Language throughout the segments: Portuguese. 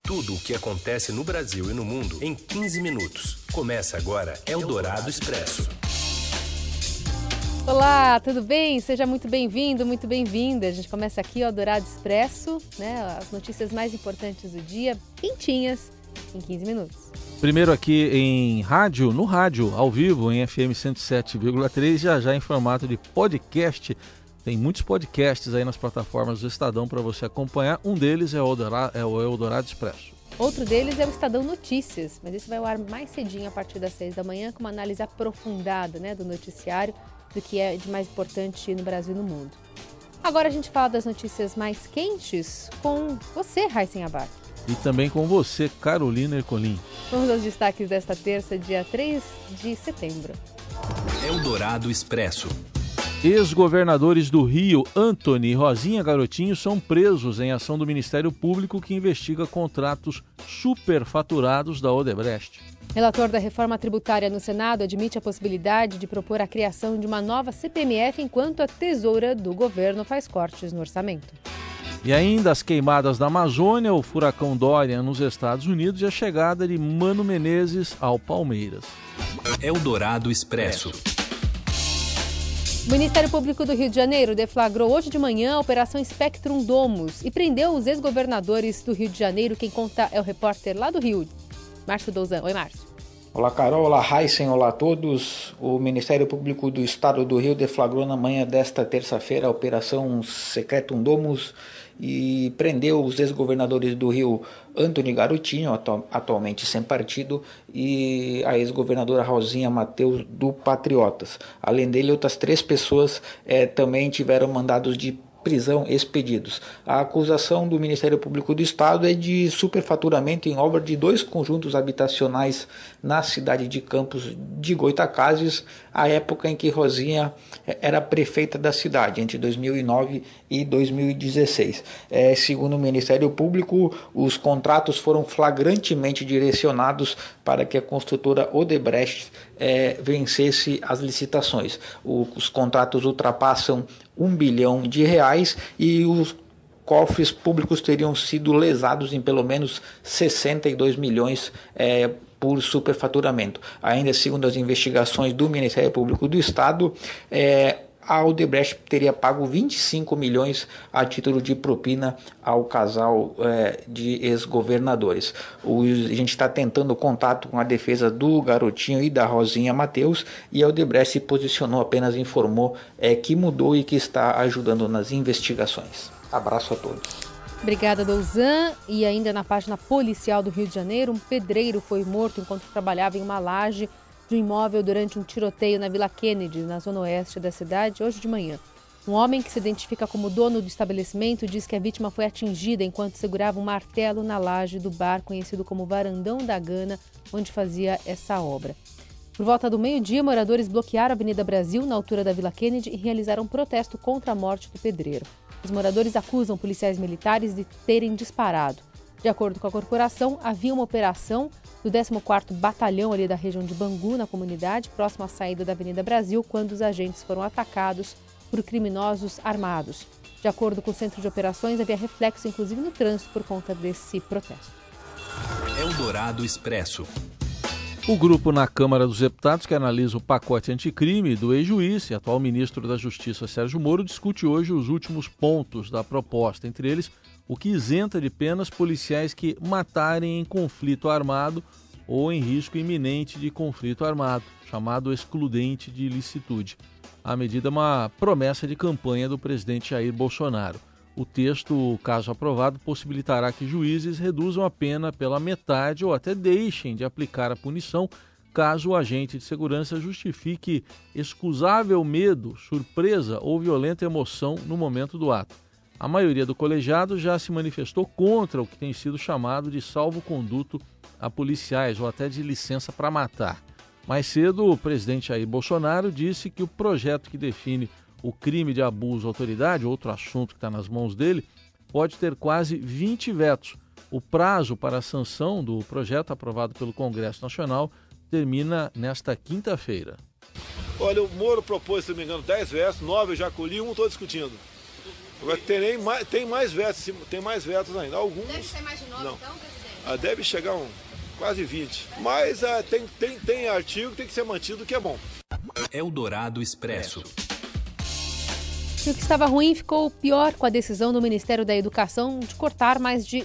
Tudo o que acontece no Brasil e no mundo em 15 minutos. Começa agora Eldorado Expresso. Olá, tudo bem? Seja muito bem-vindo, muito bem-vinda. A gente começa aqui o Eldorado Expresso, né? As notícias mais importantes do dia, quentinhas, em 15 minutos. Primeiro aqui em rádio, no rádio, ao vivo, em FM 107,3, já em formato de podcast. Tem muitos podcasts aí nas plataformas do Estadão para você acompanhar. Um deles é o Eldorado Expresso. Outro deles é o Estadão Notícias, mas esse vai ao ar mais cedinho, a partir das 6 da manhã, com uma análise aprofundada, né, do noticiário, do que é de mais importante no Brasil e no mundo. Agora a gente fala das notícias mais quentes com você, Raíssen Abac. E também com você, Carolina Ercolim. Vamos aos destaques desta terça, dia 3 de setembro. Eldorado Expresso. Ex-governadores do Rio, Antony e Rosinha Garotinho, são presos em ação do Ministério Público que investiga contratos superfaturados da Odebrecht. Relator da reforma tributária no Senado admite a possibilidade de propor a criação de uma nova CPMF enquanto a tesoura do governo faz cortes no orçamento. E ainda as queimadas da Amazônia, o furacão Dorian nos Estados Unidos e a chegada de Mano Menezes ao Palmeiras. Eldorado Expresso. O Ministério Público do Rio de Janeiro deflagrou hoje de manhã a Operação Spectrum Domus e prendeu os ex-governadores do Rio de Janeiro. Quem conta é o repórter lá do Rio, Márcio Douzan. Oi, Márcio. Olá, Carol. Olá, Raíssen. Olá a todos. O Ministério Público do Estado do Rio deflagrou na manhã desta terça-feira a Operação Secretum Domus e prendeu os ex-governadores do Rio, Antony Garotinho, atualmente sem partido, e a ex-governadora Rosinha Mateus, do Patriotas. Além dele, outras 3 pessoas também tiveram mandados de prisão expedidos. A acusação do Ministério Público do Estado é de superfaturamento em obra de 2 conjuntos habitacionais na cidade de Campos de Goytacazes, a época em que Rosinha era prefeita da cidade, entre 2009 e 2016. Segundo o Ministério Público, os contratos foram flagrantemente direcionados para que a construtora Odebrecht vencesse as licitações. Os contratos ultrapassam R$1 bilhão e os cofres públicos teriam sido lesados em pelo menos 62 milhões por superfaturamento. Ainda segundo as investigações do Ministério Público do Estado, a Odebrecht teria pago 25 milhões a título de propina ao casal de ex-governadores. A gente está tentando contato com a defesa do Garotinho e da Rosinha Mateus e a Odebrecht se posicionou, apenas informou que mudou e que está ajudando nas investigações. Abraço a todos. Obrigada, Douzan. E ainda na página policial do Rio de Janeiro, um pedreiro foi morto enquanto trabalhava em uma laje de um imóvel durante um tiroteio na Vila Kennedy, na zona oeste da cidade, hoje de manhã. Um homem que se identifica como dono do estabelecimento diz que a vítima foi atingida enquanto segurava um martelo na laje do bar conhecido como Varandão da Gana, onde fazia essa obra. Por volta do meio-dia, moradores bloquearam a Avenida Brasil, na altura da Vila Kennedy, e realizaram um protesto contra a morte do pedreiro. Os moradores acusam policiais militares de terem disparado. De acordo com a corporação, havia uma operação do 14º Batalhão ali da região de Bangu, na comunidade, próximo à saída da Avenida Brasil, quando os agentes foram atacados por criminosos armados. De acordo com o Centro de Operações, havia reflexo, inclusive, no trânsito por conta desse protesto. Eldorado Expresso. O grupo na Câmara dos Deputados que analisa o pacote anticrime do ex-juiz e atual ministro da Justiça Sérgio Moro discute hoje os últimos pontos da proposta, entre eles o que isenta de penas policiais que matarem em conflito armado ou em risco iminente de conflito armado, chamado excludente de ilicitude. A medida é uma promessa de campanha do presidente Jair Bolsonaro. O texto, caso aprovado, possibilitará que juízes reduzam a pena pela metade ou até deixem de aplicar a punição caso o agente de segurança justifique excusável medo, surpresa ou violenta emoção no momento do ato. A maioria do colegiado já se manifestou contra o que tem sido chamado de salvo-conduto a policiais ou até de licença para matar. Mais cedo, o presidente Jair Bolsonaro disse que o projeto que define o crime de abuso à autoridade, outro assunto que está nas mãos dele, pode ter quase 20 vetos. O prazo para a sanção do projeto aprovado pelo Congresso Nacional termina nesta quinta-feira. Olha, o Moro propôs, se não me engano, 10 vetos, 9 eu já colhi, um estou discutindo. Agora, tem mais vetos ainda. Alguns... Deve ser mais de 9, não. Então, presidente? Deve chegar quase 20. Mas tem artigo que tem que ser mantido, que é bom. Eldorado Expresso. E o que estava ruim ficou pior com a decisão do Ministério da Educação de cortar mais de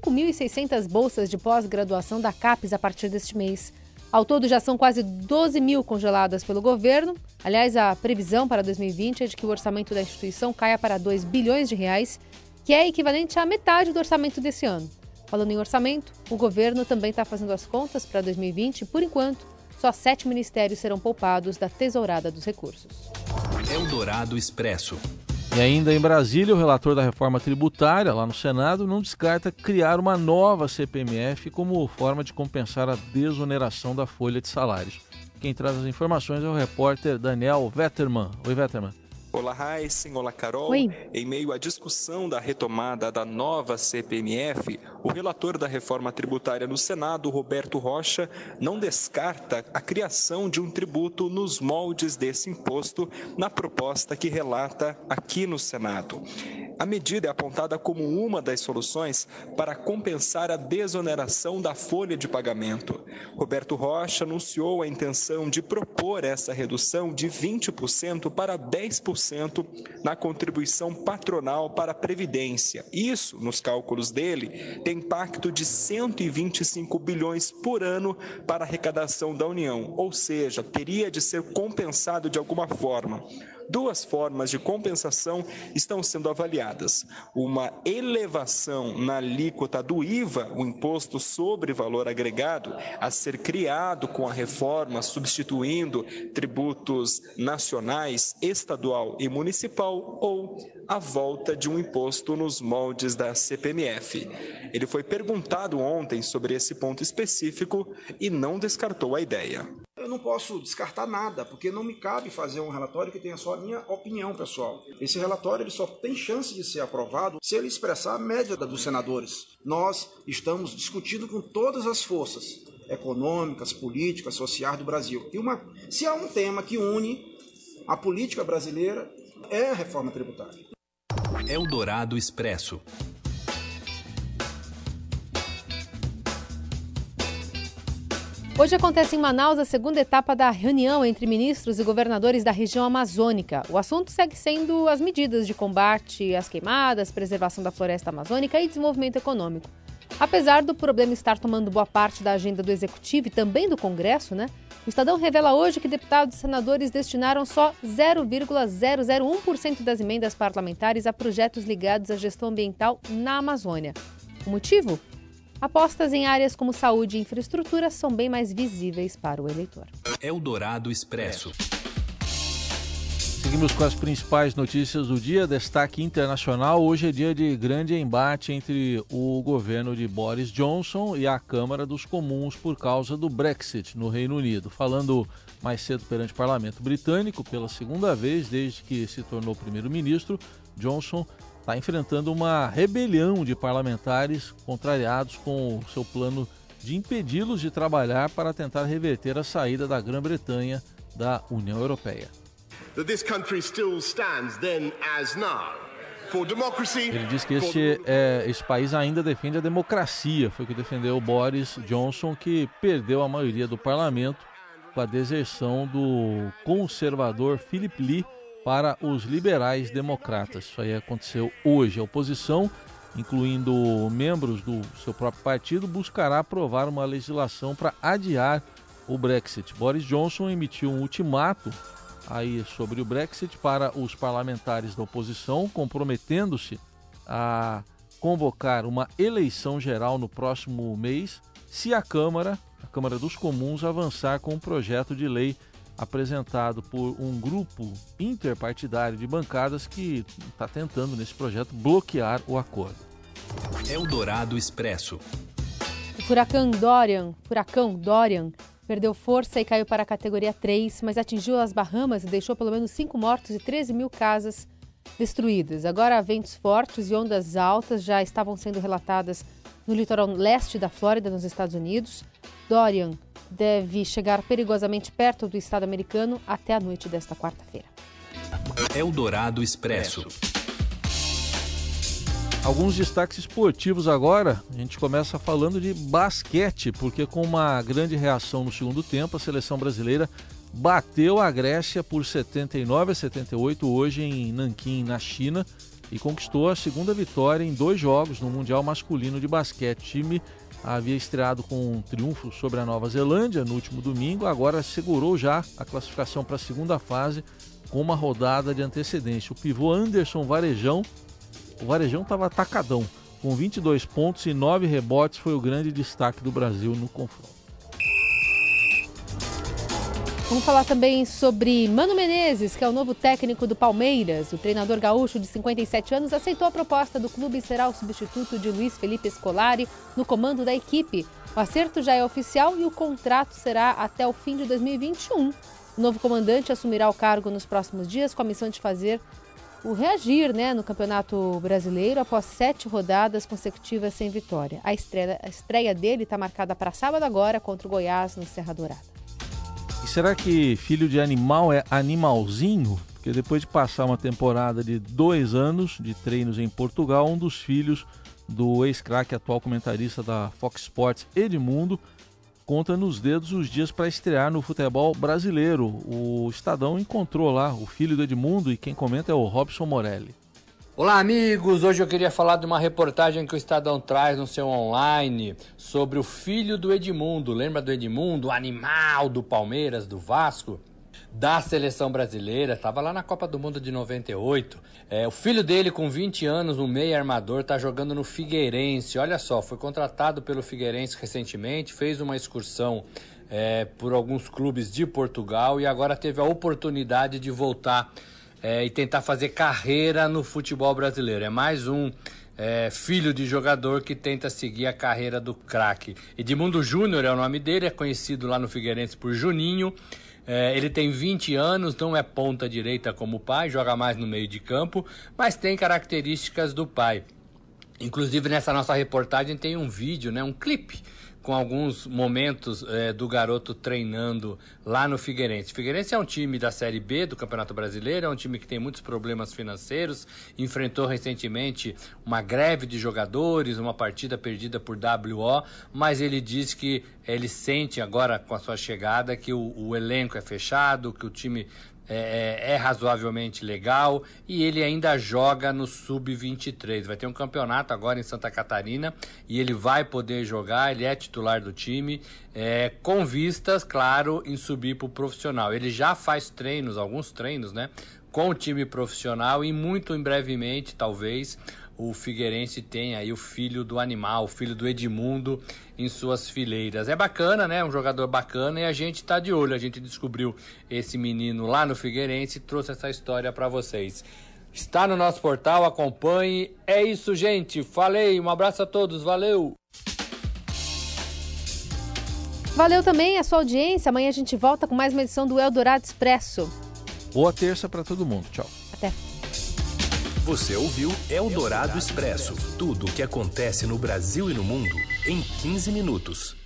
5.600 bolsas de pós-graduação da CAPES a partir deste mês. Ao todo, já são quase 12 mil congeladas pelo governo. Aliás, a previsão para 2020 é de que o orçamento da instituição caia para R$2 bilhões, que é equivalente à metade do orçamento desse ano. Falando em orçamento, o governo também está fazendo as contas para 2020 e, por enquanto, só 7 ministérios serão poupados da tesourada dos recursos. Eldorado Expresso. E ainda em Brasília, o relator da reforma tributária, lá no Senado, não descarta criar uma nova CPMF como forma de compensar a desoneração da folha de salários. Quem traz as informações é o repórter Daniel Vetterman. Oi, Vetterman. Olá, Heisen. Olá, Carol. Oi. Em meio à discussão da retomada da nova CPMF, o relator da reforma tributária no Senado, Roberto Rocha, não descarta a criação de um tributo nos moldes desse imposto na proposta que relata aqui no Senado. A medida é apontada como uma das soluções para compensar a desoneração da folha de pagamento. Roberto Rocha anunciou a intenção de propor essa redução de 20% para 10% na contribuição patronal para a Previdência. Isso, nos cálculos dele, tem impacto de 125 bilhões por ano para a arrecadação da União, ou seja, teria de ser compensado de alguma forma. Duas formas de compensação estão sendo avaliadas. Uma elevação na alíquota do IVA, o Imposto sobre Valor Agregado, a ser criado com a reforma, substituindo tributos nacionais, estadual e municipal, ou a volta de um imposto nos moldes da CPMF. Ele foi perguntado ontem sobre esse ponto específico e não descartou a ideia. Eu não posso descartar nada, porque não me cabe fazer um relatório que tenha só a minha opinião pessoal. Esse relatório ele só tem chance de ser aprovado se ele expressar a média dos senadores. Nós estamos discutindo com todas as forças econômicas, políticas, sociais do Brasil. E se há um tema que une a política brasileira, é a reforma tributária. Eldorado Expresso. Hoje acontece em Manaus a segunda etapa da reunião entre ministros e governadores da região amazônica. O assunto segue sendo as medidas de combate às queimadas, preservação da floresta amazônica e desenvolvimento econômico. Apesar do problema estar tomando boa parte da agenda do Executivo e também do Congresso, o Estadão revela hoje que deputados e senadores destinaram só 0,001% das emendas parlamentares a projetos ligados à gestão ambiental na Amazônia. O motivo? Apostas em áreas como saúde e infraestrutura são bem mais visíveis para o eleitor. Eldorado Expresso. Seguimos com as principais notícias do dia. Destaque internacional. Hoje é dia de grande embate entre o governo de Boris Johnson e a Câmara dos Comuns por causa do Brexit no Reino Unido. Falando mais cedo perante o Parlamento Britânico, pela segunda vez desde que se tornou primeiro-ministro, Johnson está enfrentando uma rebelião de parlamentares contrariados com o seu plano de impedi-los de trabalhar para tentar reverter a saída da Grã-Bretanha da União Europeia. Ele diz que esse país ainda defende a democracia, foi o que defendeu Boris Johnson, que perdeu a maioria do parlamento com a deserção do conservador Philip Lee para os liberais democratas. Isso aí aconteceu hoje. A oposição, incluindo membros do seu próprio partido, buscará aprovar uma legislação para adiar o Brexit. Boris Johnson emitiu um ultimato aí sobre o Brexit para os parlamentares da oposição, comprometendo-se a convocar uma eleição geral no próximo mês, se a Câmara dos Comuns, avançar com um projeto de lei apresentado por um grupo interpartidário de bancadas que está tentando, nesse projeto, bloquear o acordo. Eldorado Expresso. O furacão Dorian perdeu força e caiu para a categoria 3, mas atingiu as Bahamas e deixou pelo menos 5 mortos e 13 mil casas destruídas. Agora, ventos fortes e ondas altas já estavam sendo relatadas no litoral leste da Flórida, nos Estados Unidos. Dorian deve chegar perigosamente perto do estado americano até a noite desta quarta-feira. Eldorado Expresso. Alguns destaques esportivos agora. A gente começa falando de basquete, porque com uma grande reação no segundo tempo, a seleção brasileira bateu a Grécia por 79-78 hoje em Nanquim, na China, e conquistou a segunda vitória em 2 jogos no Mundial Masculino de Basquete. O time havia estreado com um triunfo sobre a Nova Zelândia no último domingo, agora segurou já a classificação para a segunda fase com uma rodada de antecedência. O pivô Anderson Varejão, o Varejão estava atacadão, com 22 pontos e 9 rebotes, foi o grande destaque do Brasil no confronto. Vamos falar também sobre Mano Menezes, que é o novo técnico do Palmeiras. O treinador gaúcho de 57 anos aceitou a proposta do clube e será o substituto de Luiz Felipe Scolari no comando da equipe. O acerto já é oficial e o contrato será até o fim de 2021. O novo comandante assumirá o cargo nos próximos dias com a missão de fazer o reagir, no Campeonato Brasileiro após 7 rodadas consecutivas sem vitória. A estreia dele está marcada para sábado agora contra o Goiás no Serra Dourada. E será que filho de animal é animalzinho? Porque depois de passar uma temporada de 2 anos de treinos em Portugal, um dos filhos do ex-craque, atual comentarista da Fox Sports, Edmundo, conta nos dedos os dias para estrear no futebol brasileiro. O Estadão encontrou lá o filho do Edmundo e quem comenta é o Robson Morelli. Olá, amigos! Hoje eu queria falar de uma reportagem que o Estadão traz no seu online sobre o filho do Edmundo. Lembra do Edmundo, o animal do Palmeiras, do Vasco? Da seleção brasileira, estava lá na Copa do Mundo de 98. O filho dele, com 20 anos, um meia armador, está jogando no Figueirense. Olha só, foi contratado pelo Figueirense recentemente, fez uma excursão por alguns clubes de Portugal e agora teve a oportunidade de voltar e tentar fazer carreira no futebol brasileiro. É mais um filho de jogador que tenta seguir a carreira do craque. Edmundo Júnior é o nome dele, é conhecido lá no Figueirense por Juninho. Ele tem 20 anos, não é ponta direita como o pai, joga mais no meio de campo, mas tem características do pai. Inclusive nessa nossa reportagem tem um vídeo, um clipe, com alguns momentos do garoto treinando lá no Figueirense. Figueirense é um time da Série B do Campeonato Brasileiro, é um time que tem muitos problemas financeiros, enfrentou recentemente uma greve de jogadores, uma partida perdida por WO, mas ele diz que ele sente agora com a sua chegada que o elenco é fechado, que o time é razoavelmente legal e ele ainda joga no Sub-23. Vai ter um campeonato agora em Santa Catarina e ele vai poder jogar, ele é titular do time, com vistas, claro, em subir para o profissional. Ele já faz alguns treinos, com o time profissional e muito em brevemente, talvez, o Figueirense tem aí o filho do animal, o filho do Edmundo em suas fileiras. É bacana, um jogador bacana e a gente tá de olho. A gente descobriu esse menino lá no Figueirense e trouxe essa história para vocês. Está no nosso portal, acompanhe. É isso, gente. Falei, um abraço a todos, valeu! Valeu também a sua audiência. Amanhã a gente volta com mais uma edição do Eldorado Expresso. Boa terça para todo mundo. Tchau. Até. Você ouviu Eldorado Expresso. Tudo o que acontece no Brasil e no mundo em 15 minutos.